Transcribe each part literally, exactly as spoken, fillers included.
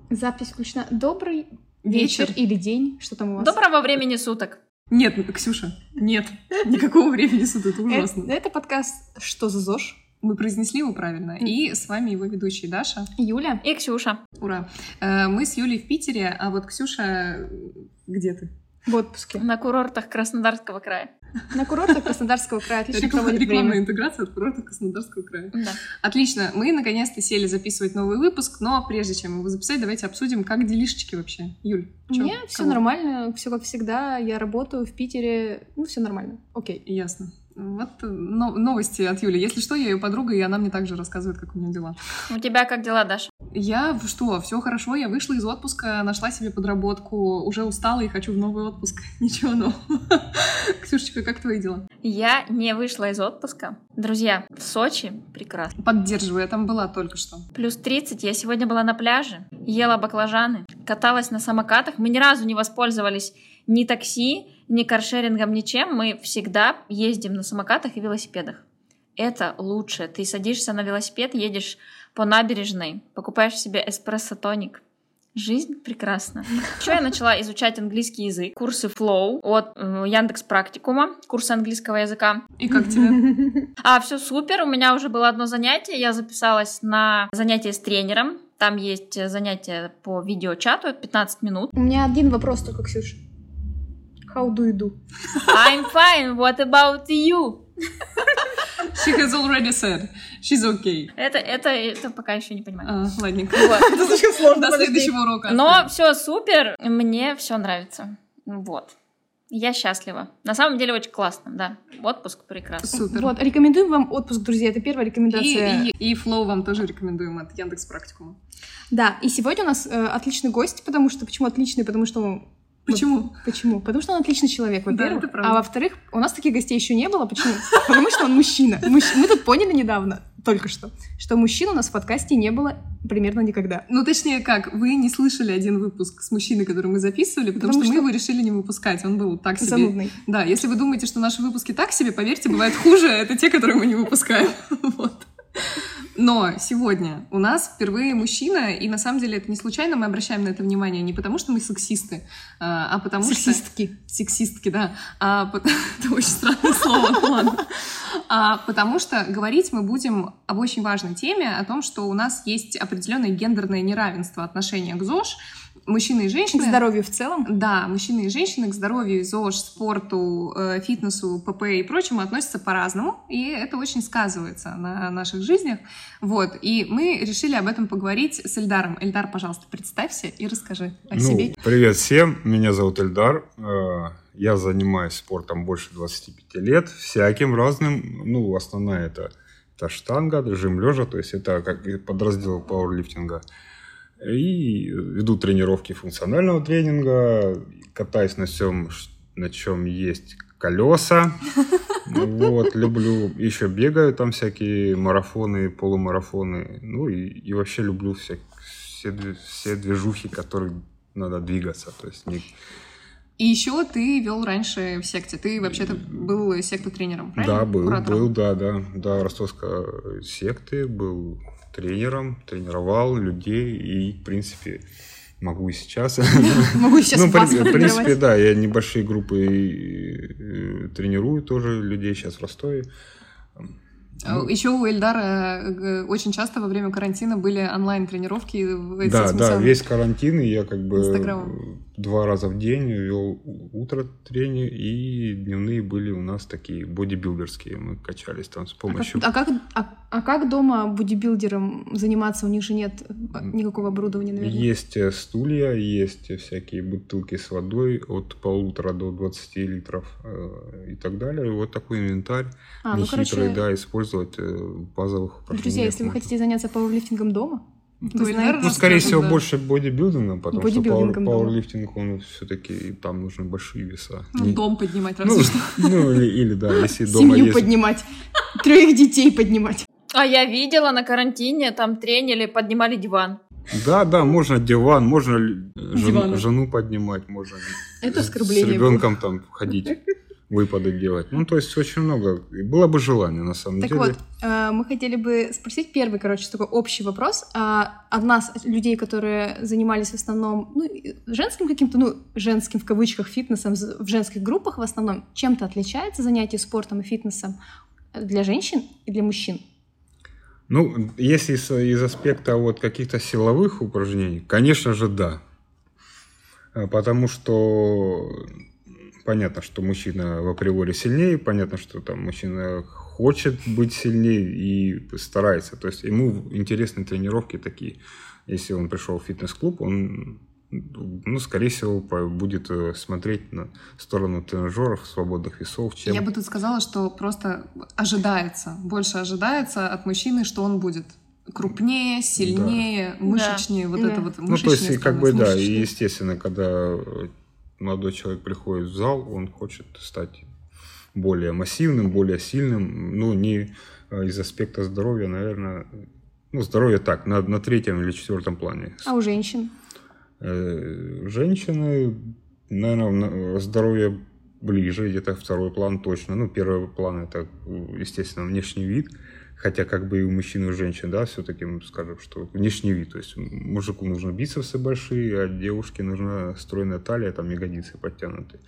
Запись включена. Добрый вечер, вечер или день, что там у вас? Доброго времени суток. Нет, Ксюша, нет, никакого времени суток, это ужасно. Это, это подкаст «Что за ЗОЖ?». Мы произнесли его правильно. И с вами его ведущие Даша, Юля и Ксюша. Ура. Мы с Юлей в Питере, а вот Ксюша, где ты? В отпуске. На курортах Краснодарского края. На курортах Краснодарского края. Отлично Реклам, проводит рекламная время. интеграция от курортов Краснодарского края. Да. Отлично. Мы наконец-то сели записывать новый выпуск, но прежде чем его записать, давайте обсудим, как делишечки вообще. Юль, чё? Мне все нормально, все как всегда. Я работаю в Питере. Ну, все нормально. Окей. Ясно. Вот но, новости от Юли. Если что, я ее подруга, и она мне также рассказывает, как у нее дела. У тебя как дела, Даша? Я что, все хорошо, я вышла из отпуска, нашла себе подработку, уже устала и хочу в новый отпуск. Ничего нового. Ксюшечка, как твои дела? Я не вышла из отпуска. Друзья, в Сочи прекрасно. Поддерживаю, я там была только что. Плюс тридцать, я сегодня была на пляже, ела баклажаны, каталась на самокатах. Мы ни разу не воспользовались ни такси, ни каршерингом, ничем. Мы всегда ездим на самокатах и велосипедах. Это лучше. Ты садишься на велосипед, едешь по набережной, покупаешь себе эспрессо-тоник. Жизнь прекрасна. Еще я начала изучать английский язык. Курсы Flow от э, Яндекс.Практикума, курсы английского языка. И как тебе? А, все супер. У меня уже было одно занятие. Я записалась на занятие с тренером. Там есть занятие по видеочату, это пятнадцать минут. У меня один вопрос только, Ксюша. How do you do? I'm fine. What about you? She has already said. She's okay. Это, это, это пока еще не понимаю. А, ладненько. Вот. Это слишком сложно. До следующего урока. Но все супер. Мне все нравится. Вот. Я счастлива. На самом деле очень классно, да. Отпуск прекрасный. Супер. Вот, рекомендуем вам отпуск, друзья. Это первая рекомендация. И, и, и Flow вам тоже рекомендуем от Яндекс.Практикума. Да, и сегодня у нас э, отличный гость, потому что... Почему отличный? Потому что... Почему? Вот, почему? Потому что он отличный человек, во-первых. Да, это правда. А во-вторых, у нас таких гостей еще не было. Почему? Потому что он мужчина. Мужч... Мы тут поняли недавно, только что, что мужчин у нас в подкасте не было примерно никогда. Ну, точнее как, вы не слышали один выпуск с мужчиной, который мы записывали, потому, потому что, что мы его решили не выпускать. Он был так себе. Занудный. Да, если вы думаете, что наши выпуски так себе, поверьте, бывает хуже. Это те, которые мы не выпускаем. Вот. Но сегодня у нас впервые мужчина, и на самом деле это не случайно, мы обращаем на это внимание не потому, что мы сексисты, а потому Сексистки. что... Сексистки, да. А, это очень странное слово, ну ладно. А, потому что говорить мы будем об очень важной теме, о том, что у нас есть определенное гендерное неравенство отношения к ЗОЖ, мужчины и женщины. К здоровью в целом? Да, мужчины и женщины к здоровью, ЗОЖ, спорту, фитнесу, ПП и прочему относятся по-разному, и это очень сказывается на наших жизнях. Вот, и мы решили об этом поговорить с Эльдаром. Эльдар, пожалуйста, представься и расскажи о ну, себе. Привет всем, меня зовут Эльдар. Я занимаюсь спортом больше двадцати пяти лет, всяким разным. Ну, основная это, это штанга, жим лежа, то есть это как подраздел пауэрлифтинга. И веду тренировки функционального тренинга, катаюсь на всем, на чем есть колеса. Вот, люблю, еще бегаю там всякие марафоны, полумарафоны. Ну и, и вообще люблю все, все, все движухи, которые надо двигаться. То есть не... И еще ты вел раньше в секте. Ты вообще-то был сектотренером, правильно? Да, был, Куратором. был, да, да. Да, ростовской секты, был тренером, тренировал людей и, в принципе, могу и сейчас. Могу сейчас ну, вас в принципе, тренировать. да, я небольшие группы тренирую тоже людей сейчас в Ростове. Ну, еще у Эльдара очень часто во время карантина были онлайн-тренировки. Да, да, весь карантин, и я как бы Инстаграмом. два раза в день вел утро тренинг, и дневные были у нас такие бодибилдерские. Мы качались там с помощью... А как, а, как, а, а как дома бодибилдером заниматься? У них же нет никакого оборудования, наверное. Есть стулья, есть всякие бутылки с водой от полутора до двадцати литров э, и так далее. И вот такой инвентарь а, ну, нехитрый, короче... да, использовать в базовых упражнениях. Друзья, если вы хотите заняться пауэрлифтингом дома, то вы знаете... Ну, скорее всего, да. больше бодибилдингом, потому бодибилдингом что пауэрлифтинг, он все-таки, там нужны большие веса. Ну, Не... дом поднимать, разве ну, что. Ну, или, или да, если дома Семью есть... поднимать, троих детей поднимать. А я видела на карантине, там тренили, поднимали диван. Да, да, можно диван, можно жен, жену поднимать, можно Это с оскорбление ребенком там ходить выпады делать. Ну, то есть очень много. И было бы желание, на самом Так деле. вот, э, мы хотели бы спросить первый, короче, такой общий вопрос. А от нас, от людей, которые занимались в основном, ну, женским каким-то, ну, женским в кавычках фитнесом, в женских группах в основном, чем-то отличается занятие спортом и фитнесом для женщин и для мужчин? Ну, если из, из аспекта вот каких-то силовых упражнений, конечно же, да. Потому что понятно, что мужчина в априори сильнее, понятно, что там мужчина хочет быть сильнее и старается. То есть ему интересны тренировки такие. Если он пришел в фитнес-клуб, он, ну, скорее всего, будет смотреть на сторону тренажеров, свободных весов, чем... Я бы тут сказала, что просто ожидается, больше ожидается от мужчины, что он будет крупнее, сильнее, да. мышечнее, да. вот да. это вот Ну, то есть, как бы, да, и мышечнее. естественно, когда молодой человек приходит в зал, он хочет стать более массивным, более сильным, ну, не из аспекта здоровья, наверное, ну, здоровье так, на, на третьем или четвертом плане. А у женщин? Женщины, наверное, здоровье ближе, где-то второй план точно. Ну, первый план — это, естественно, внешний вид. Хотя как бы и у мужчин, и у женщин, да, все-таки мы скажем, что внешний вид. То есть мужику нужны бицепсы большие, а девушке нужна стройная талия, там ягодицы подтянутые.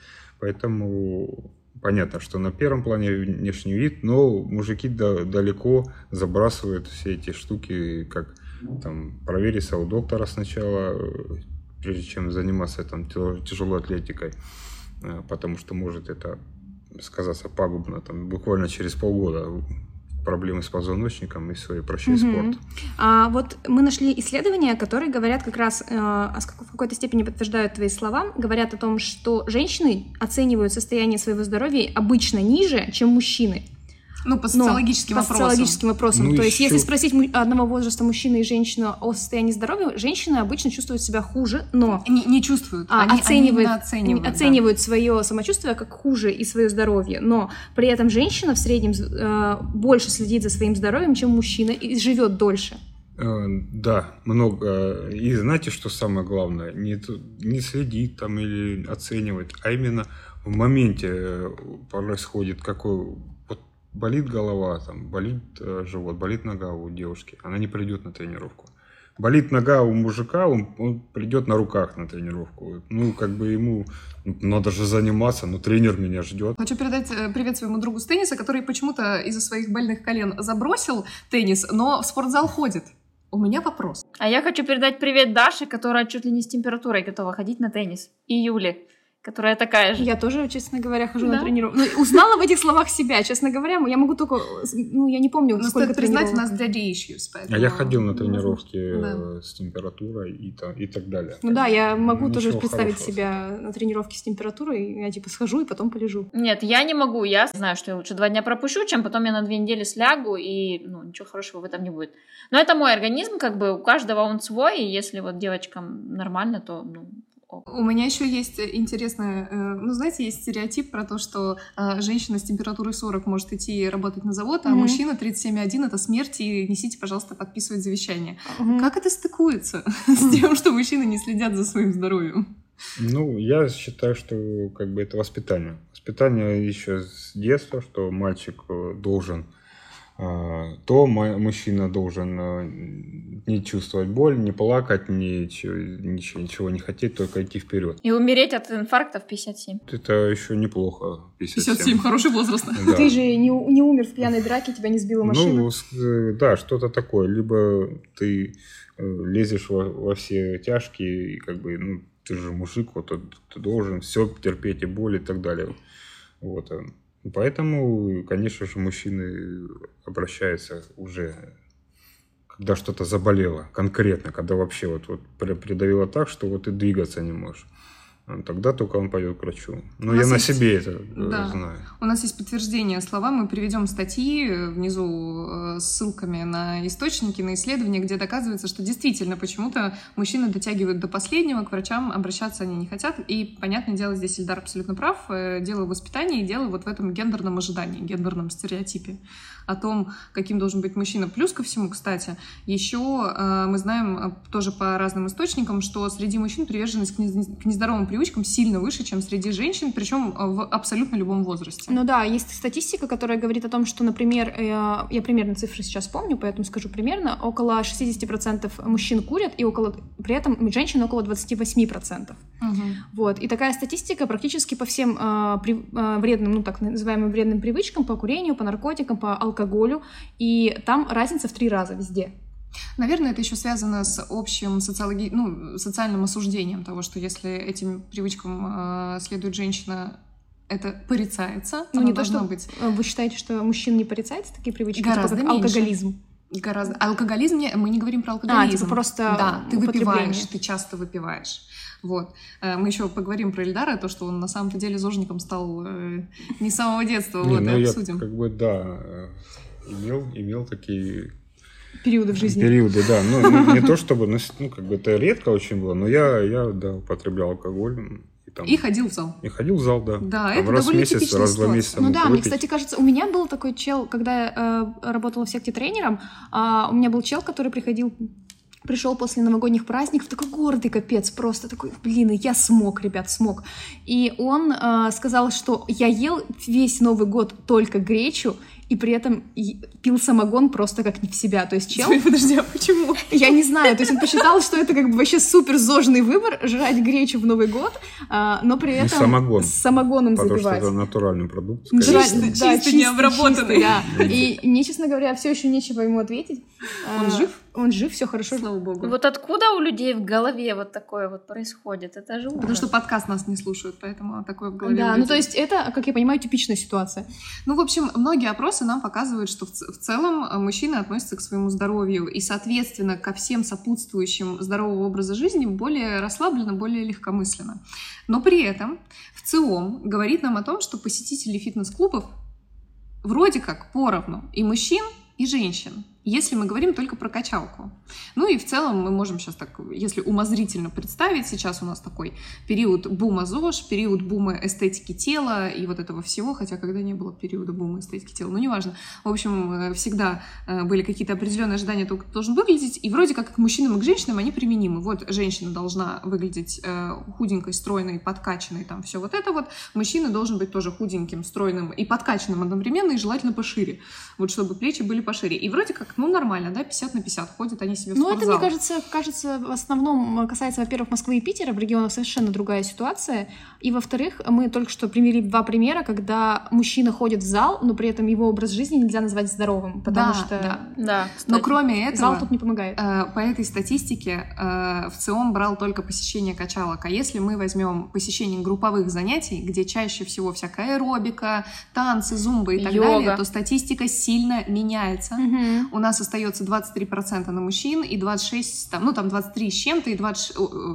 Поэтому понятно, что на первом плане внешний вид, но мужики да, далеко забрасывают все эти штуки, как там провериться у доктора сначала, прежде чем заниматься там тяжелой атлетикой, потому что может это сказаться пагубно, там буквально через полгода проблемы с позвоночником и все, и прощай Угу. спорт. А вот мы нашли исследования, которые говорят как раз, э, в какой-то степени подтверждают твои слова, говорят о том, что женщины оценивают состояние своего здоровья обычно ниже, чем мужчины. Ну, по социологическим по вопросам. социологическим вопросам. Ну, То есть, еще... если спросить одного возраста мужчину и женщину о состоянии здоровья, женщины обычно чувствуют себя хуже, но... Не, не чувствуют, а, они, оценивают, они оценивают, оценивают да. свое самочувствие как хуже и свое здоровье, но при этом женщина в среднем э, больше следит за своим здоровьем, чем мужчина, и живет дольше. Да, много. И знаете, что самое главное? Не, не следить там или оценивать, а именно в моменте происходит какой... Болит голова, там, болит э, живот, болит нога у девушки, она не придет на тренировку. Болит нога у мужика, он, он придет на руках на тренировку. Ну, как бы ему надо же заниматься, но тренер меня ждет. Хочу передать привет своему другу с тенниса, который почему-то из-за своих больных колен забросил теннис, но в спортзал ходит. У меня вопрос. А я хочу передать привет Даше, которая чуть ли не с температурой готова ходить на теннис. И Юле, которая такая же. Я тоже, честно говоря, хожу Да? на тренировку. Ну, узнала в этих словах себя, честно говоря. Я могу только... Ну, я не помню, Но сколько стоит признать, у тренировок. нас daddy issues, поэтому... А я ходил на тренировки Да. с температурой и, та, и так далее. Ну да, я могу Ничего тоже представить хорошего. себя на тренировке с температурой. Я типа схожу и потом полежу. Нет, я не могу. Я знаю, что я лучше два дня пропущу, чем потом я на две недели слягу, и ну, ничего хорошего в этом не будет. Но это мой организм, как бы у каждого он свой, и если вот девочкам нормально, то... Ну, У меня еще есть интересное, ну, знаете, есть стереотип про то, что э, женщина с температурой сорок может идти работать на завод, а Мгм. мужчина тридцать семь и один это смерть, и несите, пожалуйста, подписывать завещание. Мгм. Как это стыкуется с тем, что мужчины не следят за своим здоровьем? Ну, я считаю, что как бы это воспитание. Воспитание еще с детства, что мальчик должен, то мужчина должен не чувствовать боль, не плакать, ничего, ничего, ничего не хотеть, только идти вперед. и умереть от инфаркта в пятьдесят семь. Это еще неплохо. пятьдесят семь. пятьдесят семь, хороший возраст. Да. Ты же не, у- не умер в пьяной драке, тебя не сбила машина. Ну, с- э, да, что-то такое. Либо ты э, лезешь во, во все тяжкие, и как бы, ну, ты же мужик, вот, ты, ты должен все терпеть и боль и так далее. Вот. э. Поэтому, конечно же, мужчины обращаются уже, когда что-то заболело, конкретно, когда вообще вот, вот при- придавило так, что вот ты двигаться не можешь. Тогда только он пойдет к врачу. Ну, У я нас на есть- себе это э, Да. знаю. У нас есть подтверждение слова, мы приведем статьи внизу э, с ссылками на источники, на исследования, где доказывается, что действительно почему-то мужчины дотягивают до последнего, к врачам обращаться они не хотят. И, понятное дело, здесь Ильдар абсолютно прав, э, дело в воспитании, дело вот в этом гендерном ожидании, гендерном стереотипе о том, каким должен быть мужчина. Плюс ко всему, кстати, еще э, мы знаем э, тоже по разным источникам, что среди мужчин приверженность к, не- к нездоровым привычкам привычкам сильно выше, чем среди женщин, причем в абсолютно любом возрасте. Ну да, есть статистика, которая говорит о том, что, например, я, я примерно цифры сейчас помню, поэтому скажу примерно, около шестьдесят процентов мужчин курят, и около, при этом женщин около двадцать восемь процентов. Угу. Вот. И такая статистика практически по всем э, при, э, вредным, ну так называемым вредным привычкам, по курению, по наркотикам, по алкоголю, и там разница в три раза везде. Наверное, это еще связано с общим социологи... ну, социальным осуждением того, что если этим привычкам э, следует женщина, это порицается. Ну, не то, что быть... Вы считаете, что мужчин не порицаются такие привычки? Гораздо типа, как меньше. Алкоголизм. Гораздо. Алкоголизм, не... мы не говорим про алкоголизм. А, типа просто да, ты выпиваешь, ты часто выпиваешь. Вот. Мы еще поговорим про Ильдара, то, что он на самом-то деле зожником стал э, не с самого детства. Не, вот, ну, и я обсудим. как бы, да, имел, имел такие... Периоды в жизни. Периоды, да. Ну, ну, не то чтобы, ну, как бы это редко очень было, но я, я да, употреблял алкоголь. И, там, и ходил в зал. И ходил в зал, да. Да, там это раз в довольно месяц, типичная раз в два ситуация. месяца. Ну да, выпить. мне, кстати, кажется, у меня был такой чел, когда я э, работала в секте тренером, э, у меня был чел, который приходил, пришел после новогодних праздников, такой гордый капец, просто такой, блин, я смог, ребят, смог. И он э, сказал, что я ел весь Новый год только гречу, и при этом пил самогон просто как не в себя. То есть чел... Подожди, а почему? Я не знаю. То есть он посчитал, что это как бы вообще супер зожный выбор — жрать гречу в Новый год, но при этом... И самогон. С самогоном потому забивать. Потому что это натуральный продукт. Чисто, да, чисто, чистый, необработанный. Чистый, да. И мне, честно говоря, все еще нечего ему ответить. Он жив? Он жив, все хорошо. Слава богу. Вот откуда у людей в голове вот такое вот происходит? Это же ужас. Потому что подкаст нас не слушают, поэтому такое в голове. Да, ну то есть это, как я понимаю, типичная ситуация. Ну, в общем, многие опросы нам показывают, что в, в целом мужчины относятся к своему здоровью и, соответственно, ко всем сопутствующим здорового образа жизни более расслабленно, более легкомысленно. Но при этом в ЦИОМ говорит нам о том, что посетители фитнес-клубов вроде как поровну и мужчин, и женщин, если мы говорим только про качалку. Ну и в целом мы можем сейчас так, если умозрительно представить, сейчас у нас такой период бума ЗОЖ, период бума эстетики тела и вот этого всего, хотя когда не было периода бума эстетики тела, ну неважно. В общем, всегда были какие-то определенные ожидания того, как должен выглядеть, и вроде как к мужчинам и к женщинам они применимы. Вот женщина должна выглядеть худенькой, стройной, подкачанной, там все вот это вот. Мужчина должен быть тоже худеньким, стройным и подкачанным одновременно, и желательно пошире. Вот чтобы плечи были пошире. И вроде как ну, нормально, да, пятьдесят на пятьдесят ходят они себе в Ну, спортзал. это, мне кажется, кажется, в основном касается, во-первых, Москвы и Питера, в регионах совершенно другая ситуация, и, во-вторых, мы только что привели два примера, когда мужчина ходит в зал, но при этом его образ жизни нельзя назвать здоровым, потому да, что... Да, да, но кроме этого... Зал тут не помогает. Э, по этой статистике э, в ЦИОМ брал только посещение качалок, а если мы возьмем посещение групповых занятий, где чаще всего всякая аэробика, танцы, зумба и так Йога. далее, то статистика сильно меняется. Угу. У нас остается двадцать три процента на мужчин и двадцать шесть, там, ну там двадцать три с чем-то и, двадцать,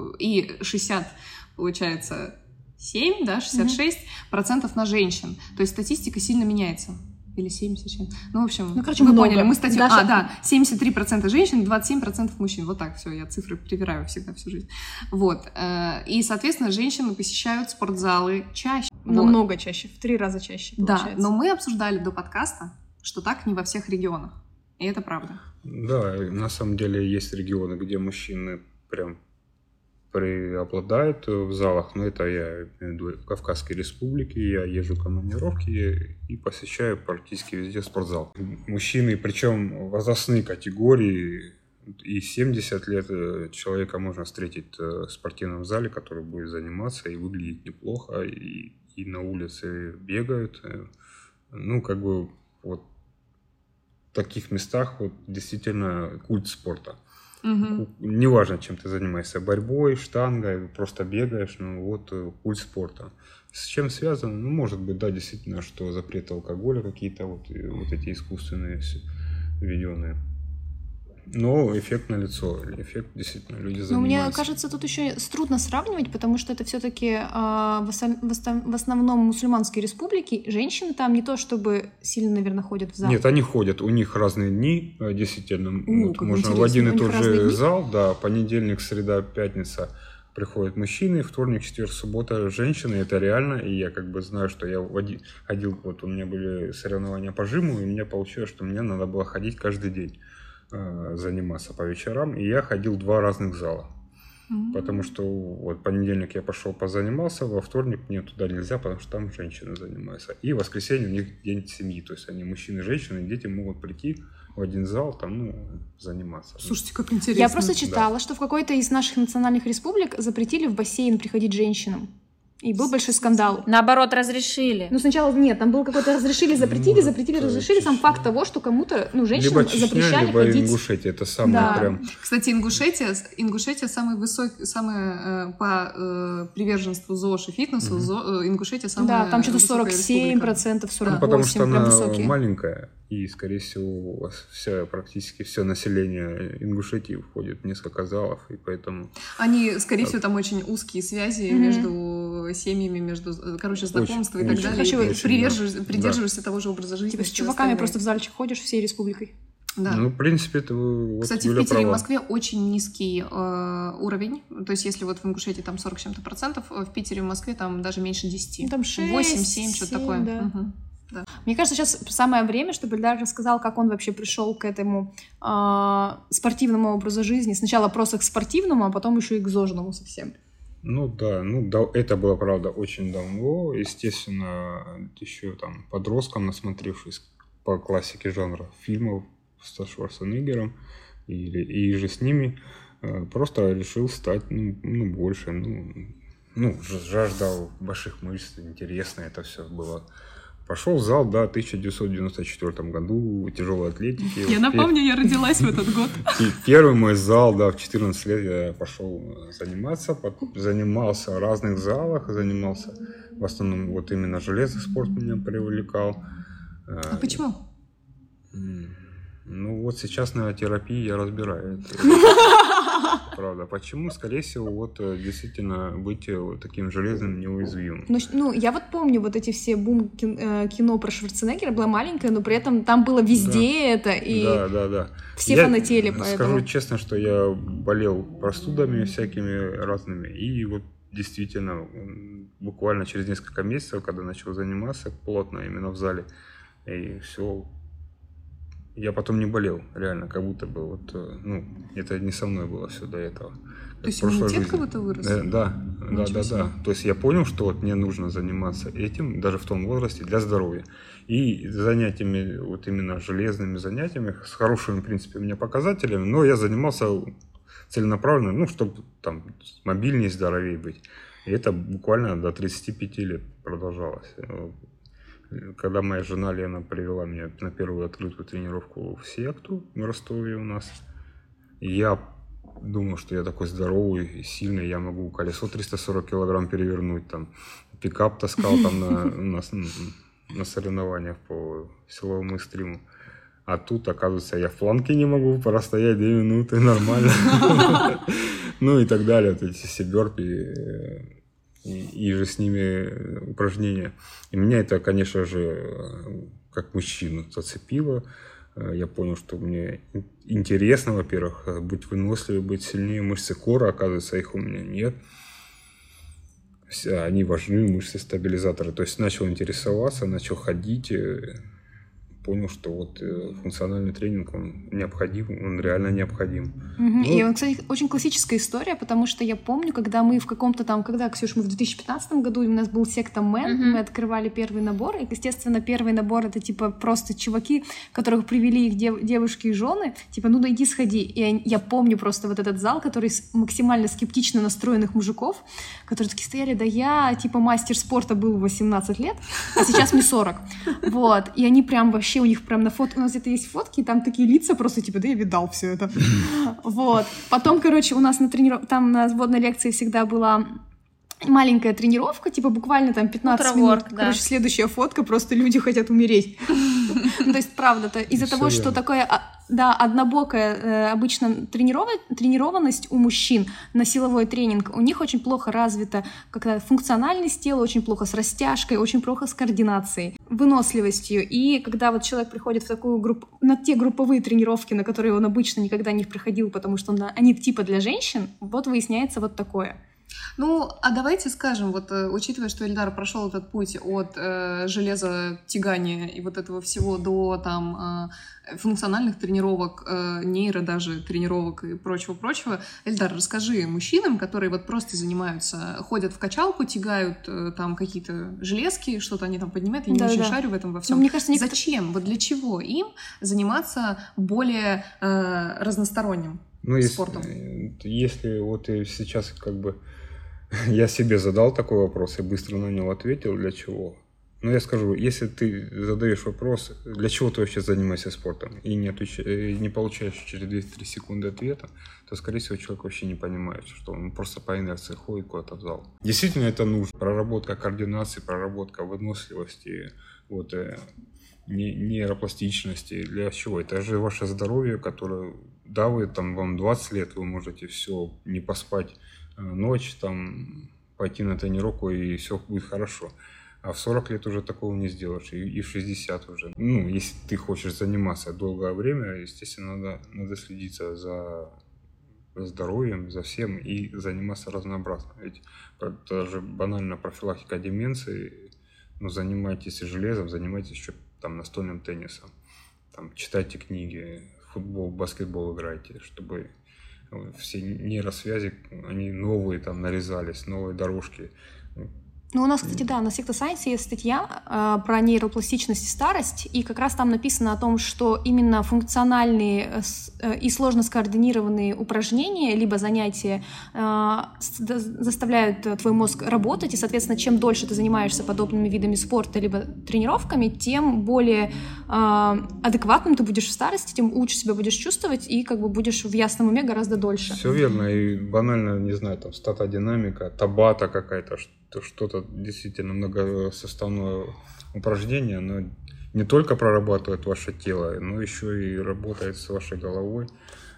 и шестьдесят, получается, семь, да, шестьдесят шесть процентов на женщин. То есть статистика сильно меняется. Или семьдесят с чем-то. Ну, в общем, ну, короче, вы много. поняли. Мы статью... Даша... А, да, семьдесят три процента женщин, двадцать семь процентов мужчин. Вот так все, я цифры привираю всегда всю жизнь. Вот. И, соответственно, женщины посещают спортзалы чаще. Намного вот. Чаще, в три раза чаще, получается. Да, но мы обсуждали до подкаста, что так не во всех регионах. И это правда. Да, на самом деле есть регионы, где мужчины прям преобладают в залах, но это я имею в виду в Кавказской республике, я езжу в командировки и посещаю практически везде спортзал. Мужчины, причем возрастные категории, и семьдесят лет человека можно встретить в спортивном зале, который будет заниматься и выглядеть неплохо, и, и на улице бегают. Ну, как бы вот в таких местах вот действительно культ спорта. Угу. Неважно, чем ты занимаешься, борьбой, штангой, просто бегаешь, ну вот культ спорта. С чем связано? Ну, может быть, да, действительно, что запреты алкоголя какие-то, вот, вот эти искусственные введенные. Но эффект налицо, эффект действительно люди занимаются. Но мне кажется, тут еще трудно сравнивать, потому что это все-таки э, в, в основном мусульманские республики. Женщины там не то чтобы сильно, наверное, ходят в зал. Нет, они ходят, у них разные дни, действительно. У, вот можно в один и тот же зал, да, понедельник, среда, пятница приходят мужчины, вторник, четверг, суббота женщины, это реально, и я как бы знаю, что я ходил, вот у меня были соревнования по жиму, и у меня получилось, что мне надо было ходить каждый день заниматься по вечерам, и я ходил в два разных зала. Mm-hmm. Потому что вот понедельник я пошел позанимался, во вторник мне туда нельзя, потому что там женщины занимаются. И в воскресенье у них день семьи, то есть они мужчины, женщины, дети могут прийти в один зал там, ну, заниматься. Слушайте, как интересно. Я просто читала, да. что в какой-то из наших национальных республик запретили в бассейн приходить женщинам. И был большой скандал. Наоборот, разрешили. Ну, сначала нет, там был какой-то разрешили, запретили, ну, запретили, разрешили. Сам факт того, что кому-то, ну, женщинам либо Чечня, запрещали либо ходить. Ингушетия, это самое да. прям... Кстати, Ингушетия, Ингушетия самый высокий, самая э, по э, приверженству ЗОЖ и фитнесу, mm-hmm. зо, э, Ингушетия самая Да, там что-то сорок семь процентов, сорок восемь процентов, да. прям Потому что она высокие. маленькая, и, скорее всего, вся, практически все население Ингушетии входит в несколько залов, и поэтому... Они, скорее всего, там очень узкие связи mm-hmm. между семьями, между, короче, знакомства очень, и так очень, далее. Очень, придерживаешься, да. придерживаешься того же образа жизни. Типа с чуваками остальные. Просто в зальчик ходишь всей республикой. Да. Ну, в принципе, это вот Кстати, в Питере и Москве очень низкий э, уровень. То есть, если вот в Ингушетии там сорок с чем-то процентов, в Питере и в Москве там даже меньше десяти. Ну, там шесть, восемь-семь, что-то такое. Да. Угу. Да. Мне кажется, сейчас самое время, чтобы Эльдар рассказал, как он вообще пришел к этому э, спортивному образу жизни. Сначала просто к спортивному, а потом еще и к зожному совсем. Ну да, ну да, это было, правда, очень давно. Естественно, еще там подростком, насмотревшись по классике жанра фильмов со Шварценеггером и, и же с ними, просто решил стать ну, ну, больше, ну, ну, жаждал больших мышц, интересно это все было. Пошел в зал, да, в тысяча девятьсот девяносто четвёртом году тяжелой атлетики. Я напомню, я родилась в этот год. И первый мой зал, да, в четырнадцать лет я пошел заниматься, занимался в разных залах, занимался в основном вот именно железный спорт меня привлекал. А почему? Ну вот сейчас на терапии я разбираю это. Правда. Почему? Скорее всего, вот действительно быть вот таким железным неуязвимым. Ну, ну, я вот помню вот эти все бум кино про Шварценеггера, была маленькая, но при этом там было везде да. это, и да, да, да. все я фанатели по скажу этому. честно, что я болел простудами всякими разными, и вот действительно буквально через несколько месяцев, когда начал заниматься плотно именно в зале, и все... Я потом не болел, реально, как будто бы вот, ну, это не со мной было все до этого. То есть иммунитет как-то вырос? Да, да, да, да, да. То есть я понял, что вот мне нужно заниматься этим, даже в том возрасте, для здоровья. И занятиями, вот именно железными занятиями, с хорошими, в принципе, у меня показателями, но я занимался целенаправленно, ну, чтобы там мобильнее, здоровее быть. И это буквально до тридцати пяти лет продолжалось. Когда моя жена Лена привела меня на первую открытую тренировку в секту в Ростове у нас, я думал, что я такой здоровый и сильный, я могу колесо триста сорок килограмм перевернуть, там, пикап таскал там на, у нас на соревнованиях по силовому экстриму. А тут, оказывается, я в планке не могу простоять две минуты, нормально. Ну и так далее, эти все бёрпи. И, и же с ними упражнения. И меня это, конечно же, как мужчину зацепило. Я понял, что мне интересно, во-первых, быть выносливее, быть сильнее. Мышцы кора, оказывается, их у меня нет. Они важны, мышцы-стабилизаторы. То есть начал интересоваться, начал ходить. Понял, что вот функциональный тренинг, он необходим, он реально необходим. Угу. Ну, и он, кстати, очень классическая история, потому что я помню, когда мы в каком-то там, когда, Ксюш, мы в две тысячи пятнадцатом году, у нас был секта Мэн, угу. мы открывали первый набор, и, естественно, первый набор — это, типа, просто чуваки, которых привели их дев- девушки и жены, типа, ну, да иди сходи. И я, я помню просто вот этот зал, который максимально скептично настроенных мужиков, которые такие стояли, да я, типа, мастер спорта был в восемнадцать лет, а сейчас мне сорок. Вот. И они прям вообще, у них прям на фото, у нас где-то есть фотки, и там такие лица просто, типа, да я видал все это. Вот. Потом, короче, у нас на тренировке, там на вводной лекции всегда была маленькая тренировка, типа буквально там пятнадцать минут. Да. Короче, следующая фотка, просто люди хотят умереть. То есть, правда, из-за того, что такое, да, однобокая обычно тренированность у мужчин на силовой тренинг, у них очень плохо развита как-то функциональность тела, очень плохо с растяжкой, очень плохо с координацией, выносливостью. И когда вот человек приходит в такую группу, на те групповые тренировки, на которые он обычно никогда не приходил, потому что они типа для женщин, вот выясняется вот такое. Ну, а давайте скажем, вот учитывая, что Эльдар прошел этот путь от э, железотягания и вот этого всего до там э, функциональных тренировок, э, нейро даже тренировок и прочего-прочего, Эльдар, расскажи мужчинам, которые вот просто занимаются, ходят в качалку, тягают э, там какие-то железки, что-то они там поднимают, я не да, очень да. шарю в этом во всем. Мне кажется, некотор... Зачем? Вот для чего им заниматься более э, разносторонним ну, спортом? Если, если вот сейчас как бы я себе задал такой вопрос и быстро на него ответил, для чего. Но я скажу, если ты задаешь вопрос, для чего ты вообще занимаешься спортом, и не, отвеч... не получаешь через две-три секунды ответа, то, скорее всего, человек вообще не понимает, что он просто по инерции ходит куда-то в зал. Действительно, это нужно. Проработка координации, проработка выносливости, вот, нейропластичности. Для чего? Это же ваше здоровье, которое, да, вы там, вам двадцать лет, вы можете все не поспать ночь, там, пойти на тренировку, и все будет хорошо. А в сорок лет уже такого не сделаешь, и, и в шестьдесят уже. Ну, если ты хочешь заниматься долгое время, естественно, надо, надо следить за здоровьем, за всем, и заниматься разнообразно. Ведь даже банально профилактика деменции, ну, занимайтесь железом, занимайтесь еще там настольным теннисом, там, читайте книги, футбол, баскетбол играйте, чтобы все нейросвязи, они новые там нарезались, новые дорожки. Ну, у нас, кстати, да, на Secta Science есть статья э, про нейропластичность и старость, и как раз там написано о том, что именно функциональные э, и сложно скоординированные упражнения, либо занятия э, заставляют твой мозг работать, и, соответственно, чем дольше ты занимаешься подобными видами спорта, либо тренировками, тем более э, адекватным ты будешь в старости, тем лучше себя будешь чувствовать, и как бы будешь в ясном уме гораздо дольше. Все верно, и банально, не знаю, там, статодинамика, табата какая-то, что-то действительно многосоставное упражнение, оно не только прорабатывает ваше тело, но еще и работает с вашей головой.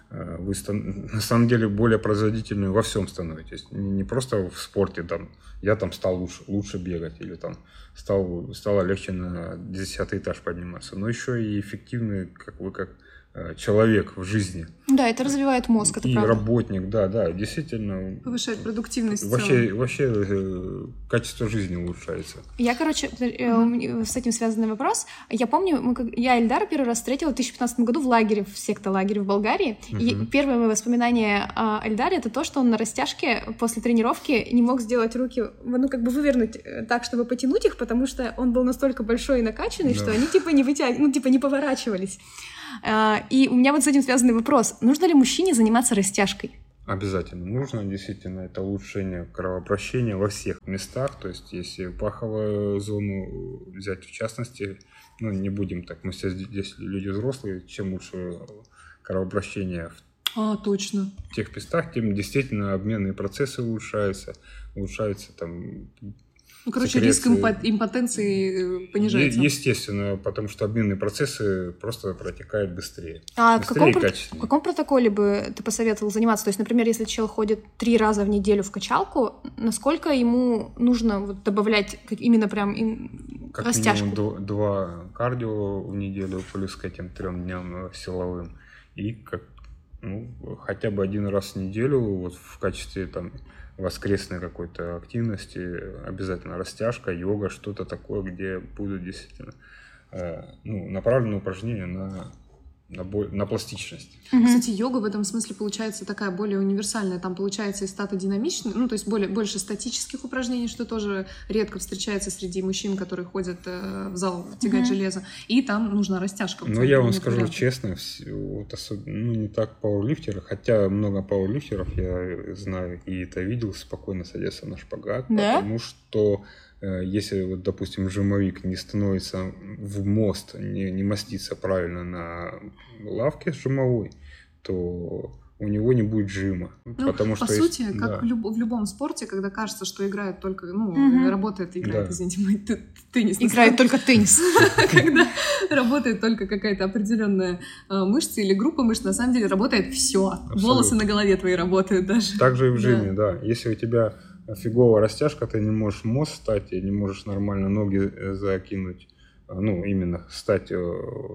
Вы на самом деле более производительны во всем становитесь. Не просто в спорте, там, я там стал лучше, лучше бегать, или там стал, стало легче на десятый этаж подниматься, но еще и эффективны, как вы как человек в жизни. Да, это развивает мозг, это и правда. Работник, да, да, действительно. Повышает продуктивность. Вообще, вообще э, качество жизни улучшается. Я, короче, э, с этим связанный вопрос. Я помню, мы, я Эльдара первый раз встретила в две тысячи пятнадцатом году в лагере, в секта-лагере в Болгарии. Uh-huh. И первое мое воспоминание о Эльдаре — это то, что он на растяжке после тренировки не мог сделать руки, ну, как бы вывернуть так, чтобы потянуть их, потому что он был настолько большой и накачанный, да. что они типа не вытягивались, ну, типа не поворачивались. И у меня вот с этим связанный вопрос. Нужно ли мужчине заниматься растяжкой? Обязательно нужно, действительно, это улучшение кровообращения во всех местах, то есть если паховую зону взять в частности, ну не будем так, мы все здесь люди взрослые, чем лучше кровообращение в а, точно. тех местах, тем действительно обменные процессы улучшаются, улучшаются там... Ну, короче, риск импотенции понижается. Естественно, потому что обменные процессы просто протекают быстрее. А быстрее в, каком, в каком протоколе бы ты посоветовал заниматься? То есть, например, если человек ходит три раза в неделю в качалку, насколько ему нужно вот добавлять именно прям как растяжку? Минимум два кардио в неделю плюс к этим трем дням силовым. И как, ну, хотя бы один раз в неделю вот в качестве там воскресной какой-то активности, обязательно растяжка, йога, что-то такое, где будут действительно э, ну, направлены упражнения на, на, боль, на пластичность. Mm-hmm. Кстати, йога в этом смысле получается такая более универсальная. Там получается и статодинамичная, ну, то есть более, больше статических упражнений, что тоже редко встречается среди мужчин, которые ходят э, в зал тягать mm-hmm. железо. И там нужна растяжка. Но я вам скажу вариантов. честно, вот особенно, ну, не так пауэрлифтеры, хотя много пауэрлифтеров я знаю и это видел, спокойно садятся на шпагат, да? потому что э, если, вот, допустим, жимовик не становится в мост, не, не мостится правильно на лавке жимовой, то у него не будет жима. Ну, потому по что сути, есть, как да. в, люб, в любом спорте, когда кажется, что играет только, ну, угу. работает, играет, да. извините, мой теннис. Играет только теннис. Когда работает только какая-то определенная мышца или группа мышц, на самом деле работает все. Волосы на голове твои работают даже. Так же и в жиме, да. Если у тебя фиговая растяжка, ты не можешь мост встать, и не можешь нормально ноги закинуть, ну, именно встать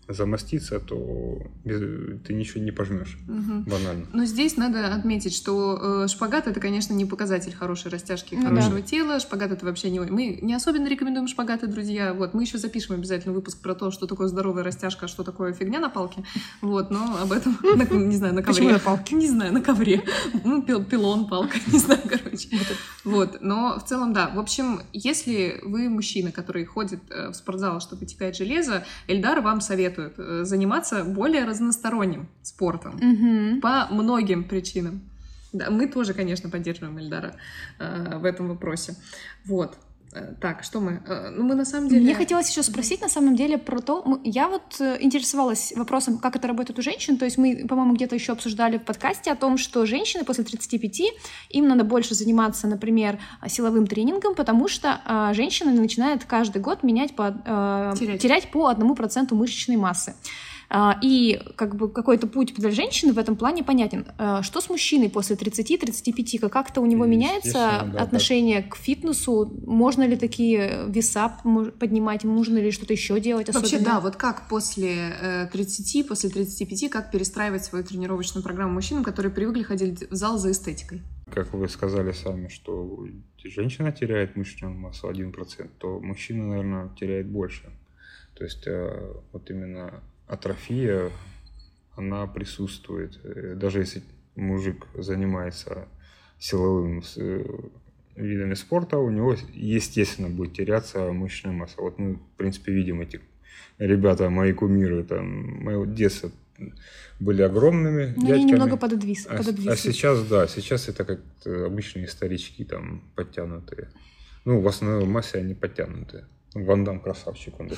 замоститься, то ты ничего не пожмешь. Угу. Банально. Но здесь надо отметить, что э, шпагат — это, конечно, не показатель хорошей растяжки и хорошего да. тела. Шпагат — это вообще не... Мы не особенно рекомендуем шпагаты, друзья. Вот, мы еще запишем обязательно выпуск про то, что такое здоровая растяжка, а что такое фигня на палке. Вот, но об этом, не знаю, на ковре. Почему на палке? Не знаю, на ковре. Ну, пилон, палка, не знаю, короче. Вот, но в целом, да. В общем, если вы мужчина, который ходит в спортзал, чтобы тягать железо, Эльдар вам советует заниматься более разносторонним спортом угу. по многим причинам. Да, мы тоже, конечно, поддерживаем Эльдара э, в этом вопросе. Вот. Так, что мы? Ну, мы на самом деле... Мне хотелось еще спросить, на самом деле, про то... Я вот интересовалась вопросом, как это работает у женщин. То есть мы, по-моему, где-то еще обсуждали в подкасте о том, что женщины после тридцати пяти, им надо больше заниматься, например, силовым тренингом, потому что э, женщина начинает каждый год менять по, э, терять. терять по одному проценту мышечной массы. И как бы какой-то путь для женщины в этом плане понятен. Что с мужчиной после тридцати-тридцати пяти? Как-то у него меняется да, отношение да. к фитнесу? Можно ли такие веса поднимать? Нужно ли что-то еще делать? Вообще, особенно? Да, вот как после тридцати, после тридцати пяти, как перестраивать свою тренировочную программу мужчинам, которые привыкли ходить в зал за эстетикой? Как вы сказали сами, что женщина теряет мышечную массу один процент, то мужчина, наверное, теряет больше. То есть вот именно... атрофия, она присутствует. Даже если мужик занимается силовым видами спорта, у него, естественно, будет теряться мышечная масса. Вот мы, в принципе, видим эти ребята, мои кумиры, там, моего детства были огромными но дядьками. Они немного пододвис, а, а сейчас, да, сейчас это как обычные старички, там, подтянутые. Ну, в основной массе они подтянутые. Ван Дам красавчик, он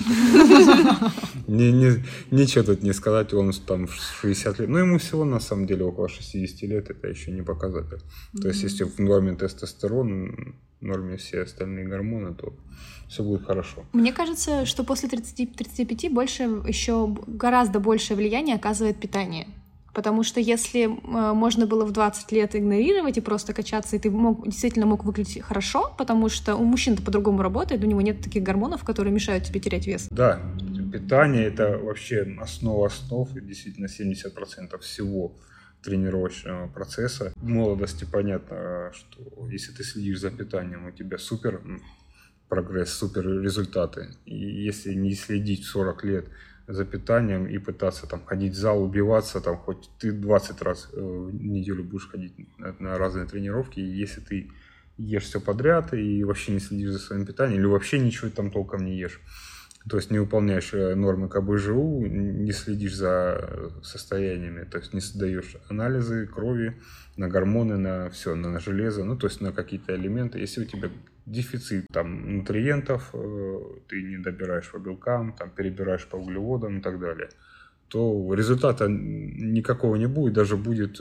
не, не, ничего тут не сказать, он там шестьдесят лет, ну ему всего на самом деле около шестидесяти лет, это еще не показатель. Mm-hmm. То есть если в норме тестостерон, в норме все остальные гормоны, то все будет хорошо. Мне кажется, что после тридцати-тридцати пяти больше, еще гораздо большее влияние оказывает питание. Потому что если э, можно было в двадцать лет игнорировать и просто качаться, и ты мог, действительно мог выглядеть хорошо, потому что у мужчин-то по-другому работает, у него нет таких гормонов, которые мешают тебе терять вес. Да, питание — это вообще основа основ, и действительно семьдесят процентов всего тренировочного процесса. В молодости понятно, что если ты следишь за питанием, у тебя супер прогресс, супер результаты. И если не следить в сорок лет за питанием и пытаться там ходить в зал, убиваться, там хоть ты двадцать раз в неделю будешь ходить на, на разные тренировки, и если ты ешь все подряд и вообще не следишь за своим питанием, или вообще ничего там толком не ешь, то есть не выполняешь нормы ка бэ жэ у, не следишь за состояниями, то есть не сдаешь анализы крови на гормоны, на все, на, на железо, ну то есть на какие-то элементы. Если у тебя дефицит там нутриентов, ты не добираешь по белкам, там перебираешь по углеводам и так далее, то результата никакого не будет, даже будет,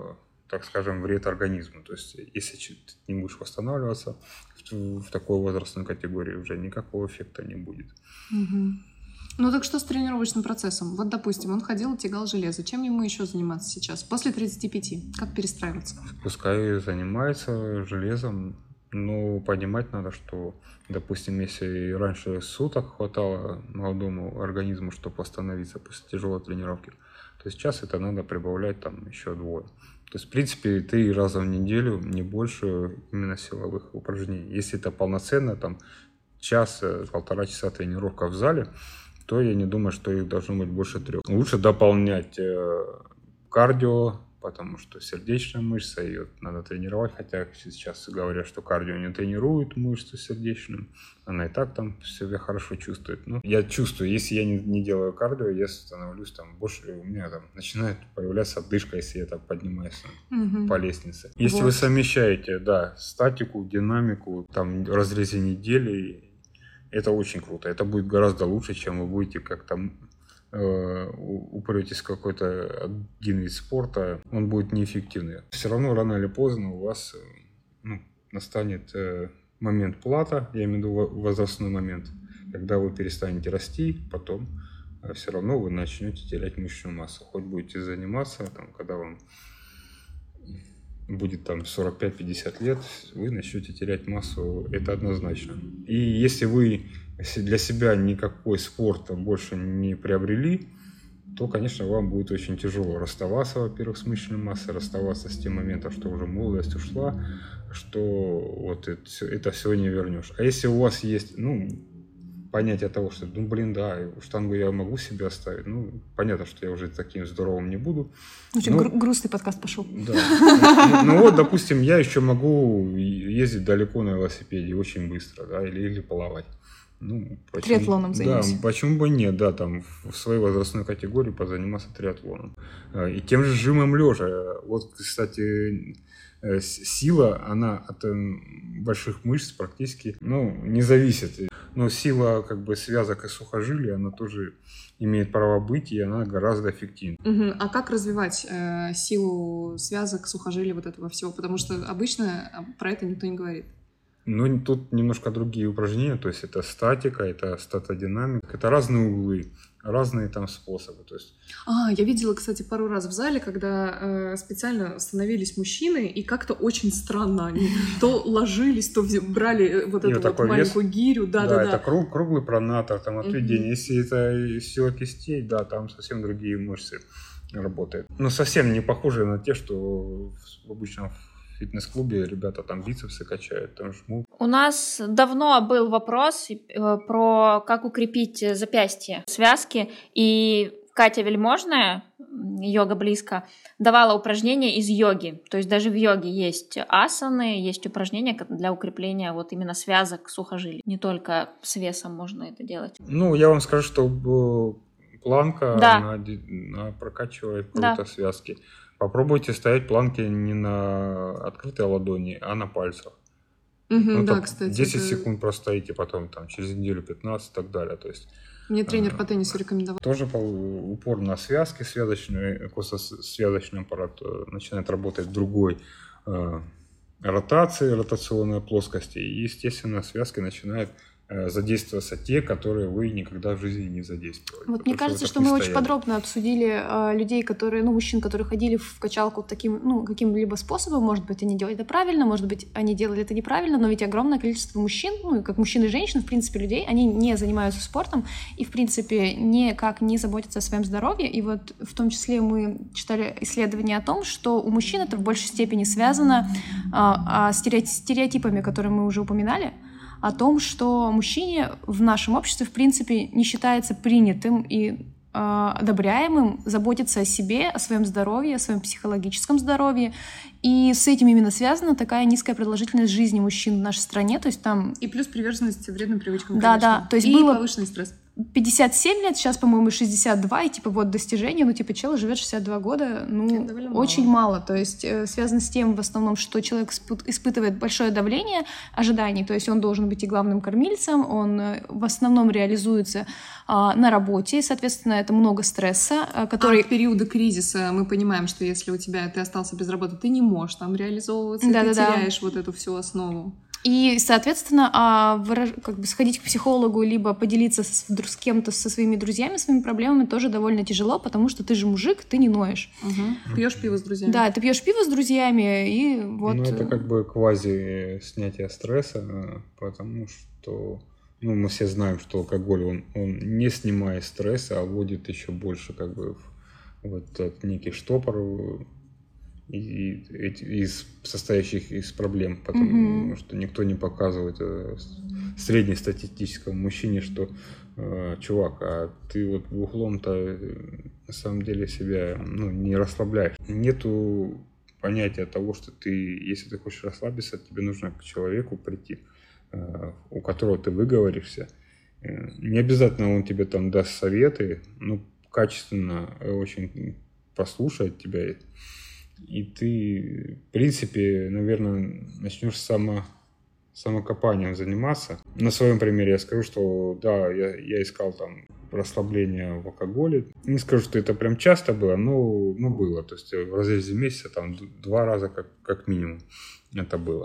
так скажем, вред организму. То есть если ты не будешь восстанавливаться в, в такой возрастной категории, уже никакого эффекта не будет. Угу. Ну так что с тренировочным процессом? Вот, допустим, он ходил и тягал железо. Чем ему еще заниматься сейчас? После тридцати пяти? Как перестраиваться? Пускай занимается железом, но понимать надо, что, допустим, если раньше суток хватало молодому организму, чтобы восстановиться после тяжелой тренировки, то сейчас это надо прибавлять там еще двое. То есть, в принципе, три раза в неделю, не больше именно силовых упражнений. Если это полноценно, там, час, полтора часа тренировка в зале, то я не думаю, что их должно быть больше трех. Лучше дополнять э, кардио, потому что сердечная мышца, ее надо тренировать, хотя сейчас говорят, что кардио не тренирует мышцу сердечную, она и так там себя хорошо чувствует. Ну, я чувствую, если я не, не делаю кардио, я становлюсь там больше, у меня там начинает появляться отдышка, если я так поднимаюсь mm-hmm. по лестнице. Если вот. Вы совмещаете, да, статику, динамику, там разрезе недели, это очень круто, это будет гораздо лучше, чем вы будете как-то упретесь в какой-то один вид спорта, он будет неэффективный. Все равно рано или поздно у вас ну, настанет момент плата, я имею в виду возрастной момент, когда вы перестанете расти, потом все равно вы начнете терять мышечную массу. Хоть будете заниматься, там, когда вам будет там сорок пять - пятьдесят лет, вы начнете терять массу, это однозначно. И если вы для себя никакой спорт больше не приобрели, то, конечно, вам будет очень тяжело расставаться, во-первых, с мышечной массой, расставаться с тем моментом, что уже молодость ушла, что вот это, это все не вернешь. А если у вас есть, ну, понятие того, что, ну, блин, да, штангу я могу себе оставить, ну, понятно, что я уже таким здоровым не буду. Очень ну, гру- грустный подкаст пошел. Да. Ну, ну вот, допустим, я еще могу ездить далеко на велосипеде очень быстро, да, или, или плавать. Ну, почему, триатлоном займемся. Да, почему бы нет, да, там в своей возрастной категории позаниматься триатлоном. И тем же жимом лежа. Вот, кстати, сила, она от больших мышц практически, ну, не зависит. Но сила, как бы, связок и сухожилий, она тоже имеет право быть, и она гораздо эффективнее. Угу. А как развивать э, силу связок, сухожилий, вот этого всего? Потому что обычно про это никто не говорит. Ну, тут немножко другие упражнения, то есть это статика, это статодинамика, это разные углы, разные там способы. То есть... А, я видела, кстати, пару раз в зале, когда э, специально становились мужчины, и как-то очень странно они то ложились, то брали вот эту вот маленькую вес. Гирю. Да, да, да. Да, это круг, круглый пронатор, там отведение. Mm-hmm. Если это сила кистей, да, там совсем другие мышцы работают. Но совсем не похожие на те, что в обычном в фитнес-клубе ребята там бицепсы качают, там жмут. У нас давно был вопрос про как укрепить запястье, связки, и Катя Вельможная, йога близко, давала упражнения из йоги. То есть даже в йоге есть асаны, есть упражнения для укрепления вот именно связок, сухожилий. Не только с весом можно это делать. Ну, я вам скажу, что планка, да. она, она прокачивает круто да. связки. Попробуйте ставить планки не на открытой ладони, а на пальцах. Угу, ну, да, кстати. десять это... секунд простоите, потом там через неделю пятнадцать и так далее. То есть, Мне тренер э, по теннису рекомендовал. Тоже упор на связки, связочный, косо-связочный аппарат начинает работать в другой э, ротации, ротационной плоскости. И, естественно, связки начинают задействоваться те, которые вы никогда в жизни не задействовали. Вот мне кажется, что мы стояли. Очень подробно обсудили э, людей, которые, ну, мужчин, которые ходили в качалку таким, ну, каким-либо способом. Может быть, они делали это правильно, может быть, они делали это неправильно, но ведь огромное количество мужчин, ну, как мужчин и женщин, в принципе, людей, они не занимаются спортом и, в принципе, никак не заботятся о своем здоровье. И вот в том числе мы читали исследования о том, что у мужчин это в большей степени связано э, с стереотипами, которые мы уже упоминали, о том, что мужчине в нашем обществе, в принципе, не считается принятым и э, одобряемым заботиться о себе, о своем здоровье, о своем психологическом здоровье. И с этим именно связана такая низкая продолжительность жизни мужчин в нашей стране. То есть там... И плюс приверженность вредным привычкам, да, конечно. Да, то есть и было... повышенный стресс. пятьдесят семь лет, сейчас, по-моему, шестьдесят два, и типа вот достижение, ну типа человек живет шестьдесят два года, ну очень мало. мало. То есть э, связано с тем в основном, что человек исп- испытывает большое давление ожиданий, то есть он должен быть и главным кормильцем, он э, в основном реализуется э, на работе, и, соответственно, это много стресса, э, который... А в периоды кризиса мы понимаем, что если у тебя ты остался без работы, ты не можешь там реализовываться, да, ты да, теряешь да. вот эту всю основу. И, соответственно, выраж... как бы сходить к психологу, либо поделиться с, с кем-то, со своими друзьями, своими проблемами тоже довольно тяжело, потому что ты же мужик, ты не ноешь. Угу. Пьешь пиво с друзьями. Да, ты пьешь пиво с друзьями, и вот... Ну, это как бы квази снятие стресса, потому что, ну, мы все знаем, что алкоголь, он, он не снимает стресса, а вводит еще больше, как бы, в вот этот некий штопор, И, и, из состоящих из проблем, потому mm-hmm. что никто не показывает э, среднестатистическому мужчине, что э, чувак, а ты вот в углом-то э, на самом деле себя ну, не расслабляешь. Нету понятия того, что ты, если ты хочешь расслабиться, тебе нужно к человеку прийти, э, у которого ты выговоришься. Э, не обязательно он тебе там даст советы, но качественно очень послушает тебя. И ты, в принципе, наверное, начнешь само, самокопанием заниматься. На своем примере я скажу, что да, я, я искал там расслабление в алкоголе. Не скажу, что это прям часто было, но, но было. То есть в разрезе месяца там два раза как, как минимум это было.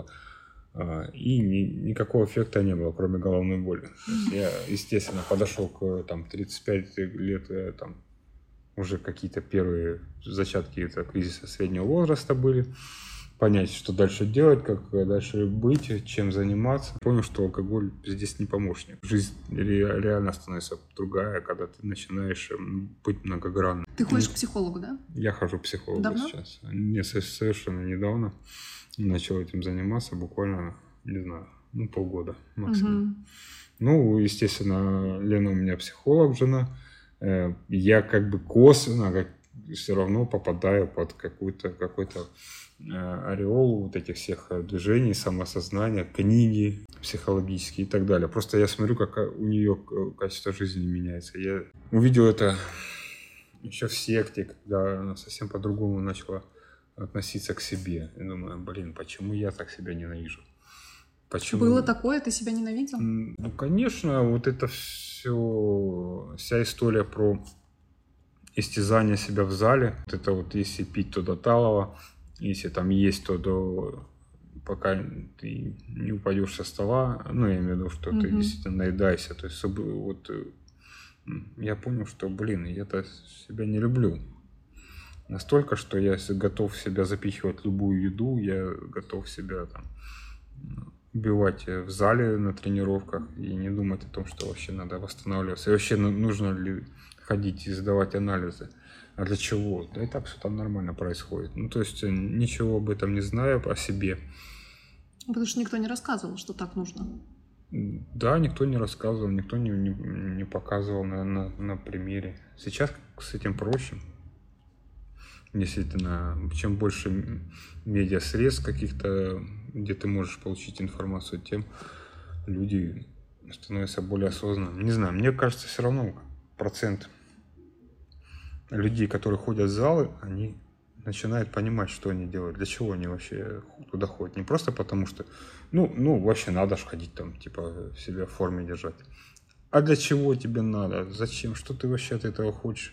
И ни, никакого эффекта не было, кроме головной боли. Я, естественно, подошел к там, тридцать пять лет, там, уже какие-то первые зачатки этого кризиса среднего возраста были. понять, что дальше делать, как дальше быть, чем заниматься. Понял, что алкоголь здесь не помощник. Жизнь ре- реально становится другая, когда ты начинаешь быть многогранным. Ты ходишь к психологу, да? Я хожу к психологу Давно? сейчас. Не совершенно недавно начал этим заниматься, буквально, не знаю, ну, полгода максимум. Угу. Ну, естественно, Лена у меня психолог, жена. Я как бы косвенно как, все равно попадаю под какую-то, какой-то ореол вот этих всех движений, самоосознания, книги психологические и так далее. Просто я смотрю, как у нее качество жизни меняется. Я увидел это еще в секте, когда она совсем по-другому начала относиться к себе. Я думаю, блин, почему я так себя ненавижу? Почему? Было такое, ты себя ненавидел? Ну, конечно, вот это все, вся история про истязание себя в зале. Вот это вот если пить, то до талого, если там есть, то до... пока ты не упадешь со стола. Ну, я имею в виду, что mm-hmm. ты действительно наедаешься. То есть вот я понял, что, блин, я-то себя не люблю. Настолько, что я готов себя запихивать любую еду, я готов себя там убивать в зале на тренировках и не думать о том, что вообще надо восстанавливаться. И вообще нужно ли ходить и сдавать анализы. А для чего? Да и так все там нормально происходит. Ну, то есть ничего об этом не знаю, о себе. Потому что никто не рассказывал, что так нужно. Да, никто не рассказывал, никто не, не, не показывал на, на, на примере. Сейчас с этим проще. Действительно, чем больше медиасредств каких-то, где ты можешь получить информацию, тем люди становятся более осознанными. Не знаю, мне кажется, все равно процент людей, которые ходят в залы, они начинают понимать, что они делают, для чего они вообще туда ходят. Не просто потому, что, ну, ну вообще надо же ходить там, типа, себя в форме держать. А для чего тебе надо? Зачем? Что ты вообще от этого хочешь?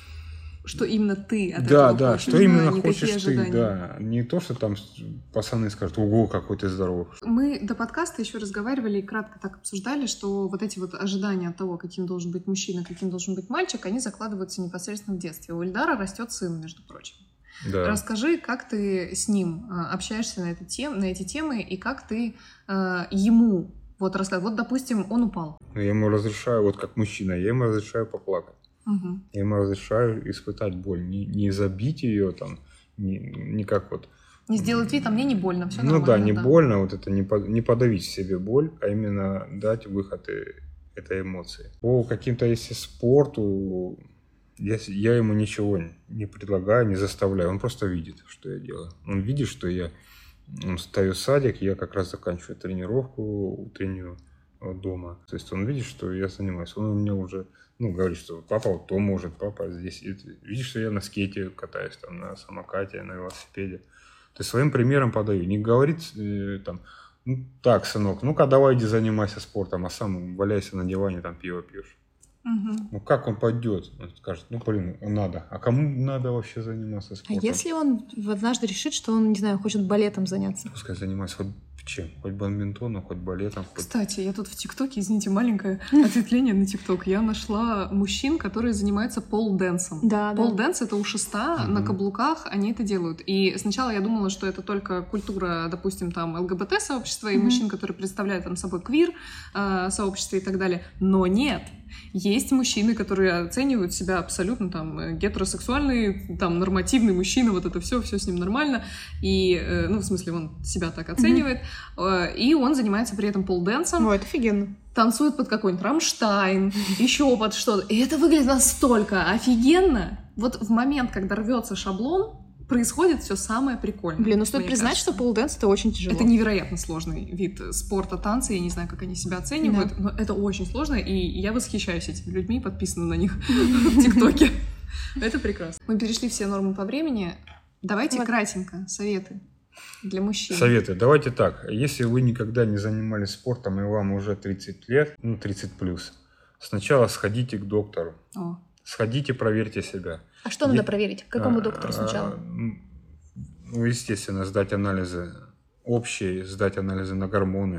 Что именно ты от да, этого да, хочешь. что именно да, хочешь ожидания. ты, да. Не то, что там пацаны скажут, ого, какой ты здоровый. Мы до подкаста еще разговаривали и кратко так обсуждали, что вот эти вот ожидания от того, каким должен быть мужчина, каким должен быть мальчик, они закладываются непосредственно в детстве. У Ильдара растет сын, между прочим. Да. Расскажи, как ты с ним общаешься на, эту тем, на эти темы и как ты э, ему вот рассказываешь. Вот, допустим, он упал. Я ему разрешаю, вот как мужчина, я ему разрешаю поплакать. Угу. Я ему разрешаю испытать боль, не, не забить ее там, не, не как вот... Не сделать вид, а мне не больно, все ну, нормально. Ну да, не да. больно, вот это не, под, не подавить в себе боль, а именно дать выход этой эмоции. По каким-то, если спорту, я, я ему ничего не предлагаю, не заставляю, он просто видит, что я делаю. Он видит, что я он встаю в садик, я как раз заканчиваю тренировку утреннюю дома. То есть он видит, что я занимаюсь, он у меня уже... Ну, говорит, что папа вот то может, папа здесь. И видишь, что я на скейте катаюсь, там, на самокате, на велосипеде. То есть своим примером подаю. Не говорит э, там, ну, так, сынок, ну-ка давай иди занимайся спортом, а сам валяйся на диване, там, пиво пьешь. Угу. Ну, как он пойдет? Он скажет, ну, блин, надо. А кому надо вообще заниматься спортом? А если он однажды решит, что он, не знаю, хочет балетом заняться? Пускай занимается хоть чем? Хоть бадминтоном, хоть балетом. Хоть... Кстати, я тут в ТикТоке, извините, маленькое ответвление на ТикТок. Я нашла мужчин, которые занимаются пол-дэнсом. Да, пол-дэнс — это у шеста, mm-hmm. на каблуках они это делают. И сначала я думала, что это только культура, допустим, там ЛГБТ-сообщества и mm-hmm. мужчин, которые представляют там собой квир-сообщество и так далее. Но нет. Есть мужчины, которые оценивают себя абсолютно там гетеросексуальный, там нормативный мужчина, вот это все, все с ним нормально. И, ну, в смысле, он себя так оценивает. Mm-hmm. И он занимается при этом полденсом. О, это офигенно. Танцует под какой-нибудь Рамштайн, еще под что-то. И это выглядит настолько офигенно. Вот в момент, когда рвется шаблон, происходит все самое прикольное. Блин, ну стоит признать, кажется. что полденс — это очень тяжело. Это невероятно сложный вид спорта, танца. Я не знаю, как они себя оценивают, да. но это очень сложно, и я восхищаюсь этими людьми, подписана на них в ТикТоке. Это прекрасно. Мы перешли все нормы по времени. Давайте кратенько советы для мужчин. Советы. Давайте так. Если вы никогда не занимались спортом, и вам уже тридцать лет, ну, тридцать плюс, сначала сходите к доктору. О. Сходите, проверьте себя. А что надо проверить? К какому доктору сначала? Ну, естественно, сдать анализы общие, сдать анализы на гормоны,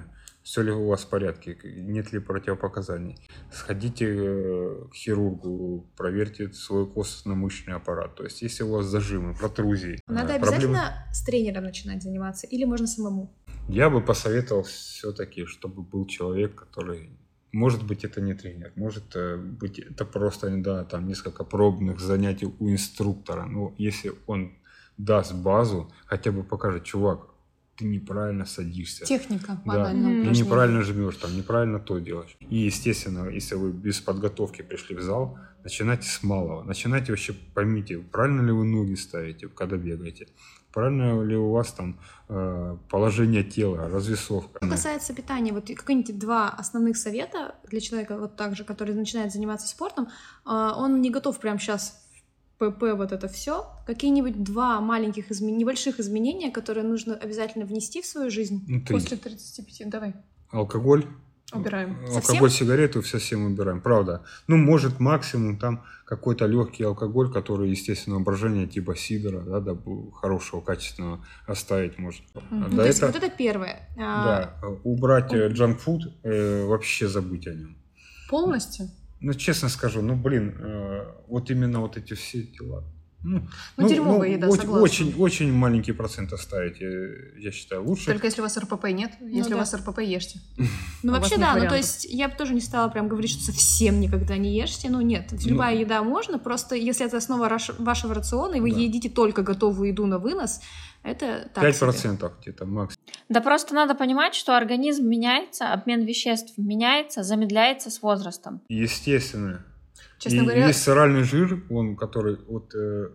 все ли у вас в порядке, нет ли противопоказаний. Сходите к хирургу, проверьте свой костно-мышечный аппарат. То есть, если у вас зажимы, протрузии. Надо проблемы... обязательно с тренером начинать заниматься или можно самому? Я бы посоветовал все-таки, чтобы был человек, который... Может быть, это не тренер, может быть, это просто, да, там несколько пробных занятий у инструктора. Но если он даст базу, хотя бы покажет, чувак, ты неправильно садишься. Техника, да, банально. ты неправильно жмешь, там, неправильно то делаешь. И, естественно, если вы без подготовки пришли в зал, начинайте с малого. Начинайте вообще, поймите, правильно ли вы ноги ставите, когда бегаете. Правильно ли у вас там э, положение тела, развесовка? Что касается питания, вот какие-нибудь два основных совета для человека, вот так же, который начинает заниматься спортом, э, он не готов прямо сейчас в ПП вот это все. Какие-нибудь два маленьких, измен... небольших изменения, которые нужно обязательно внести в свою жизнь? Ну, После тридцати пяти, давай. Алкоголь. Убираем. Алкоголь, Совсем? сигарету совсем убираем, правда. Ну, может, максимум там какой-то легкий алкоголь, который, естественно, брожение типа сидра, да, да, хорошего, качественного оставить можно. Ну, Да, то есть это, вот это первое. да, убрать джанк-фуд, э, вообще забыть о нем. Полностью? Ну, честно скажу, ну, блин, э, вот именно вот эти все дела. Ну, Ну, дерьмовая еда, очень, согласна. очень, очень маленький процент оставить, я, я считаю, лучше. Только если у вас РПП нет. Если да. у вас РПП, ешьте. Ну, у вас вообще, нет да, ну, то вариантов. есть я бы тоже не стала прям говорить, что совсем никогда не ешьте. Ну, нет, любая еда можно, просто если это основа раш- вашего рациона, и вы Да. едите только готовую еду на вынос, это так пять себе. процентов где-то максимум. Да просто надо понимать, что организм меняется, обмен веществ меняется, замедляется с возрастом. Естественно. Честно И говоря, есть соральный жир, он, который, вот, э,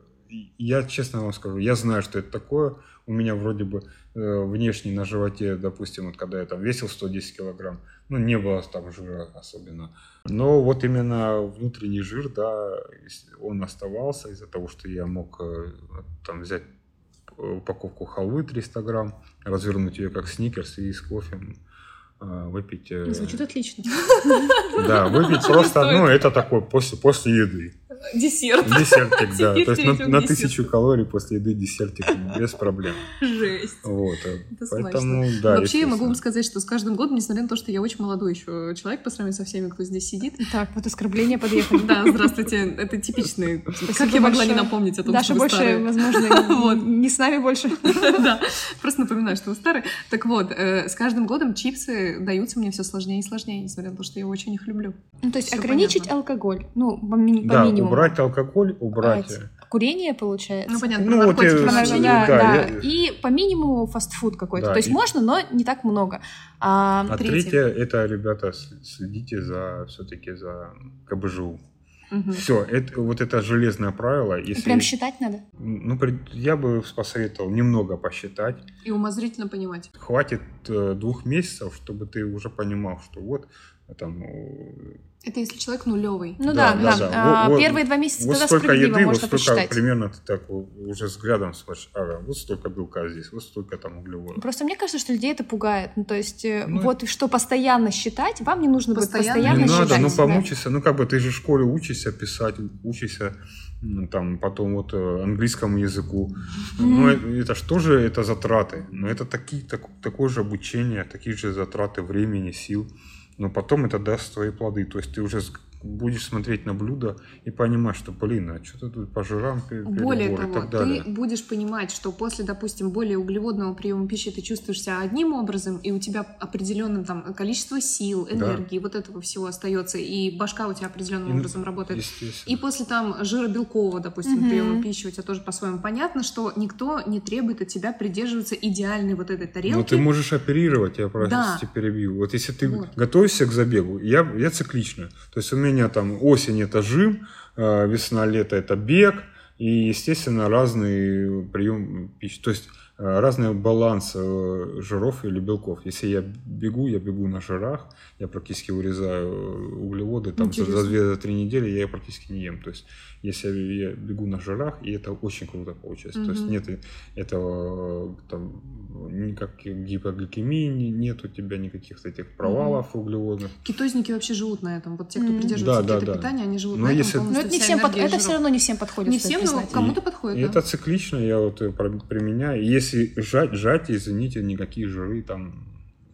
я честно вам скажу, я знаю, что это такое. У меня вроде бы э, внешне на животе, допустим, вот когда я там весил сто десять килограмм, ну, не было там жира особенно. Но вот именно внутренний жир, да, он оставался из-за того, что я мог э, там взять упаковку халвы триста грамм, развернуть ее как сникерс и с кофе э, выпить. Э, Звучит отлично. Да, выпить просто, ну, это такое после, после еды. десерт. Десертик, да. Теперь То есть на, перейдем на к десерту. тысячу калорий после еды десертик без проблем. Жесть. Вот. Это Поэтому, смачно. да, Вообще, я могу вам естественно. сказать, что с каждым годом, несмотря на то, что я очень молодой еще человек по сравнению со всеми, кто здесь сидит. Так, вот оскорбления подъехали. Да, здравствуйте. Это типичный. Как Спасибо я могла не большое. напомнить о том, Даша что вы больше, старые? возможно, Вот. не с нами больше. Да, просто напоминаю, что вы старый. Так вот, э, с каждым годом чипсы даются мне все сложнее и сложнее, несмотря на то, что я очень их люблю. Ну, то есть Всё ограничить понятно. алкоголь, ну, по, ми- по Да, минимуму. убрать алкоголь, убрать... А, курение, получается. Ну, понятно, Ну, про вот наркотики я- мы Да, вообще не да, да, да. я- И по минимуму фастфуд какой-то. Да, То есть и- можно, но не так много. А, А третье. третье, это, ребята, с- следите за, все-таки за КБЖУ. Мгм. Все, это, вот это железное правило. Если, прям считать надо. ну, при- я бы посоветовал немного посчитать. И умозрительно понимать. Хватит э, двух месяцев, чтобы ты уже понимал, что вот там... э, Это если человек нулевый. Ну да, Да, да. да, да. А, Вот- первые два месяца Вот тогда столько справедливо еды, вот можно столько посчитать. примерно ты так уже взглядом смотришь, ага, вот столько белка здесь, вот столько там углеводов. Просто мне кажется, что людей это пугает. Ну, то есть, э, Ну, вот что постоянно считать, вам не нужно будет Постоянно постоянно Не считать. надо, ну да. помучиться, ну как бы ты же в школе учишься писать, учишься м, там потом вот э, английскому языку. Ну это, это ж тоже это затраты, но это такие, так, такое же обучение, такие же затраты времени, сил, но потом это даст свои плоды, то есть ты уже с- будешь смотреть на блюдо и понимать, что, блин, а что-то тут по жирам пе- Более перебор и того, так далее. ты будешь понимать, что после, допустим, более углеводного приема пищи ты чувствуешь себя одним образом, и у тебя определенное там количество сил, Да. энергии, вот этого всего остается, и башка у тебя определенным И- образом работает. Естественно. И после там жиробелкового, допустим, Мгм. приема пищи у тебя тоже по-своему понятно, что никто не требует от тебя придерживаться идеальной вот этой тарелки. Ну, ты можешь оперировать, я просто Да. тебя перебью. Вот если ты Вот. готовишься к забегу, я, я циклично. То есть у меня там осень это жим, э, весна, лето это бег, и, естественно, разный прием пищи. То есть э, разный баланс э, жиров или белков. Если я бегу, я бегу на жирах, я практически урезаю углеводы, там за, Интересно. за две-три недели я практически не ем. То есть если я бегу на жирах, и это очень круто получается. То есть Мгм. нет этого там, никак гипогликемии, не- нет у тебя никаких этих провалов углеводных. Кетозники вообще живут на этом. Вот те, кто Мгм. придерживается Да, да, кетопитания, они живут Но на этом если- полностью. Но это, не вся всем под- энергия это из все жиров. равно не всем подходит. Не стоит всем, но признать. кому-то И подходит, И да. это циклично, я вот э, про- применяю. И если жать, жать, извините, никакие жиры там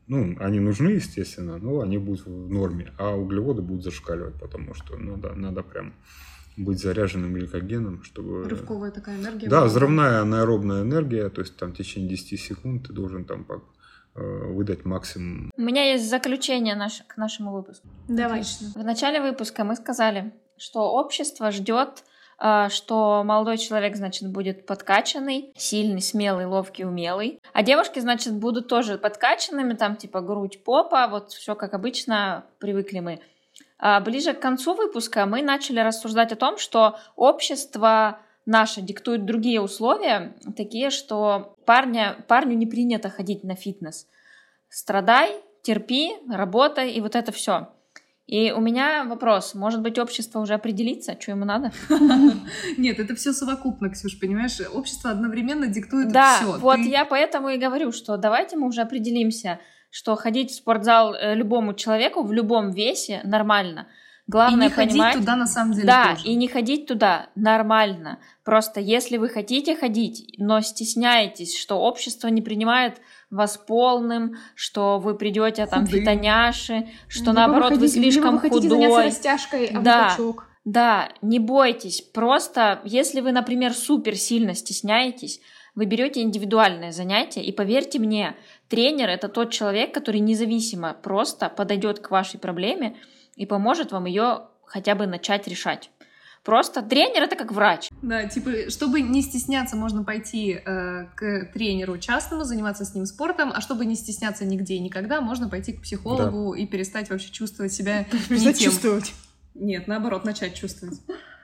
ну, они нужны, естественно, но они будут в норме, а углеводы будут зашкаливать, потому что надо, надо прям быть заряженным гликогеном, чтобы... Рывковая такая энергия. Да, взрывная анаэробная энергия, то есть там в течение десяти секунд ты должен там выдать максимум. У меня есть заключение наш, к нашему выпуску. Давай. Отлично. В начале выпуска мы сказали, что общество ждет, что молодой человек, значит, будет подкачанный, сильный, смелый, ловкий, умелый. А девушки, значит, будут тоже подкачанными, там типа грудь, попа, вот все как обычно привыкли мы. А ближе к концу выпуска мы начали рассуждать о том, что общество наше диктует другие условия, такие, что парня, парню не принято ходить на фитнес. Страдай, терпи, работай, и вот это все. И у меня вопрос, может быть, общество уже определится, что ему надо? Нет, это все совокупно, Ксюш, понимаешь? Общество одновременно диктует да, все. Да, вот Ты... я поэтому и говорю, что давайте мы уже определимся, что ходить в спортзал любому человеку в любом весе нормально. Главное и не понимать, ходить туда на самом деле да, тоже. И не ходить туда нормально. Просто если вы хотите ходить, но стесняетесь, что общество не принимает вас полным, что вы придете там Худым. фитоняши, что Либо наоборот вы, хотите, слишком либо вы хотите худой. заняться растяжкой, а да, вы качок. Да, не бойтесь. Просто если вы, например, супер сильно стесняетесь, вы берете индивидуальное занятие, и поверьте мне, тренер — это тот человек, который независимо просто подойдет к вашей проблеме и поможет вам ее хотя бы начать решать. Просто тренер — это как врач. Да, типа, чтобы не стесняться, можно пойти э, к тренеру частному, заниматься с ним спортом, а чтобы не стесняться нигде и никогда, можно пойти к психологу да. и перестать вообще чувствовать себя не тем. Чувствовать. Нет, наоборот, начать чувствовать.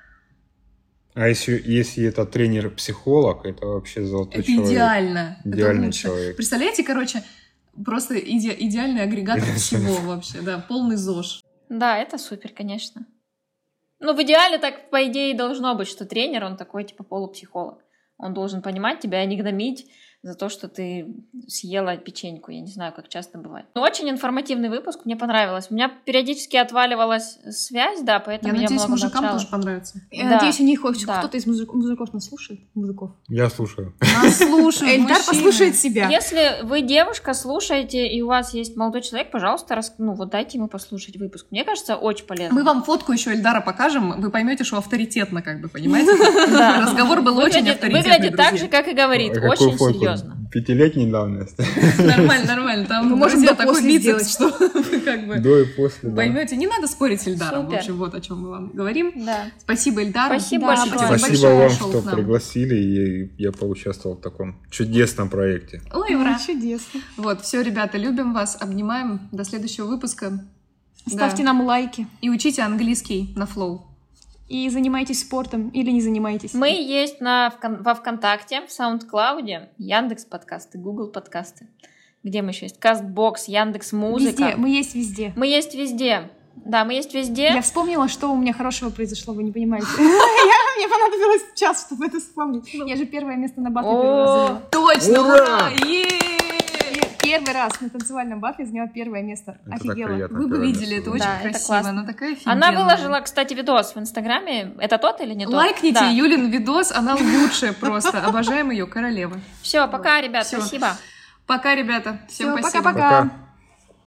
А если, если это тренер-психолог, это вообще золотой это человек. Идеально. Идеальный это человек. Представляете, короче, просто иде- идеальный агрегатор всего вообще, да, полный ЗОЖ. Да, это супер, конечно. Ну, в идеале так, по идее, должно быть, что тренер, он такой, типа, полупсихолог. Он должен понимать тебя, а не гнобить за то, что ты съела печеньку. Я не знаю, как часто бывает. Но очень информативный выпуск, мне понравилось. У меня периодически отваливалась связь, да, поэтому я, я надеюсь, много мужикам молчала. тоже понравится. Я да. надеюсь, у них хоть да. кто-то из мужик, мужиков нас слушает. Мужиков. Я слушаю. Нас слушают Эльдар мужчины. послушает себя. Если вы девушка, слушаете, и у вас есть молодой человек, пожалуйста, рас... ну вот дайте ему послушать выпуск. Мне кажется, очень полезно. Мы вам фотку еще Эльдара покажем, вы поймете, что авторитетно, как бы, понимаете? Разговор был очень авторитетный. Выглядит так же, как и говорит. Очень серьезно. Пятилетней давности. Нормально, нормально. Там мы можем до такой после бицепс, сделать, что вы как бы до и после, да. поймете. Не надо спорить с Эльдаром. Супер. В общем, вот о чем мы вам говорим. Да. Спасибо, Эльдар. Спасибо Да, большое. спасибо Спасибо большое, вам, пришел что к нам. пригласили, и я поучаствовал в таком чудесном проекте. Ой, ура. Ой, чудесно. Вот, все, ребята, любим вас, обнимаем. До следующего выпуска. Ставьте Да. нам лайки. И учите английский на флоу. И занимайтесь спортом или не занимайтесь. Мы есть на, во ВКонтакте, в Саундклауде, Яндекс подкасты, Google подкасты. Где мы еще есть? Кастбокс, Яндекс Музыка. Везде, мы есть везде. Мы есть везде. Да, мы есть везде. Я вспомнила, что у меня хорошего произошло, вы не понимаете. Мне понадобилось час, чтобы это вспомнить. Я же первое место на батле первый раз заняла. Точно, Ура! ура! Е-е-е! Первый раз на танцевальном батле заняла первое место. Это так Офигела. приятно. Вы бы первое видели, место это очень Да, это красиво. классно. Она такая Она офигенная. выложила, кстати, видос в Инстаграме. Это тот или не тот? Лайкните Да. Юлин видос, она лучшая просто. Обожаем ее, королева. Все, пока, ребят, Всё. спасибо. Пока, ребята. Всем Всё, спасибо. пока-пока. Пока.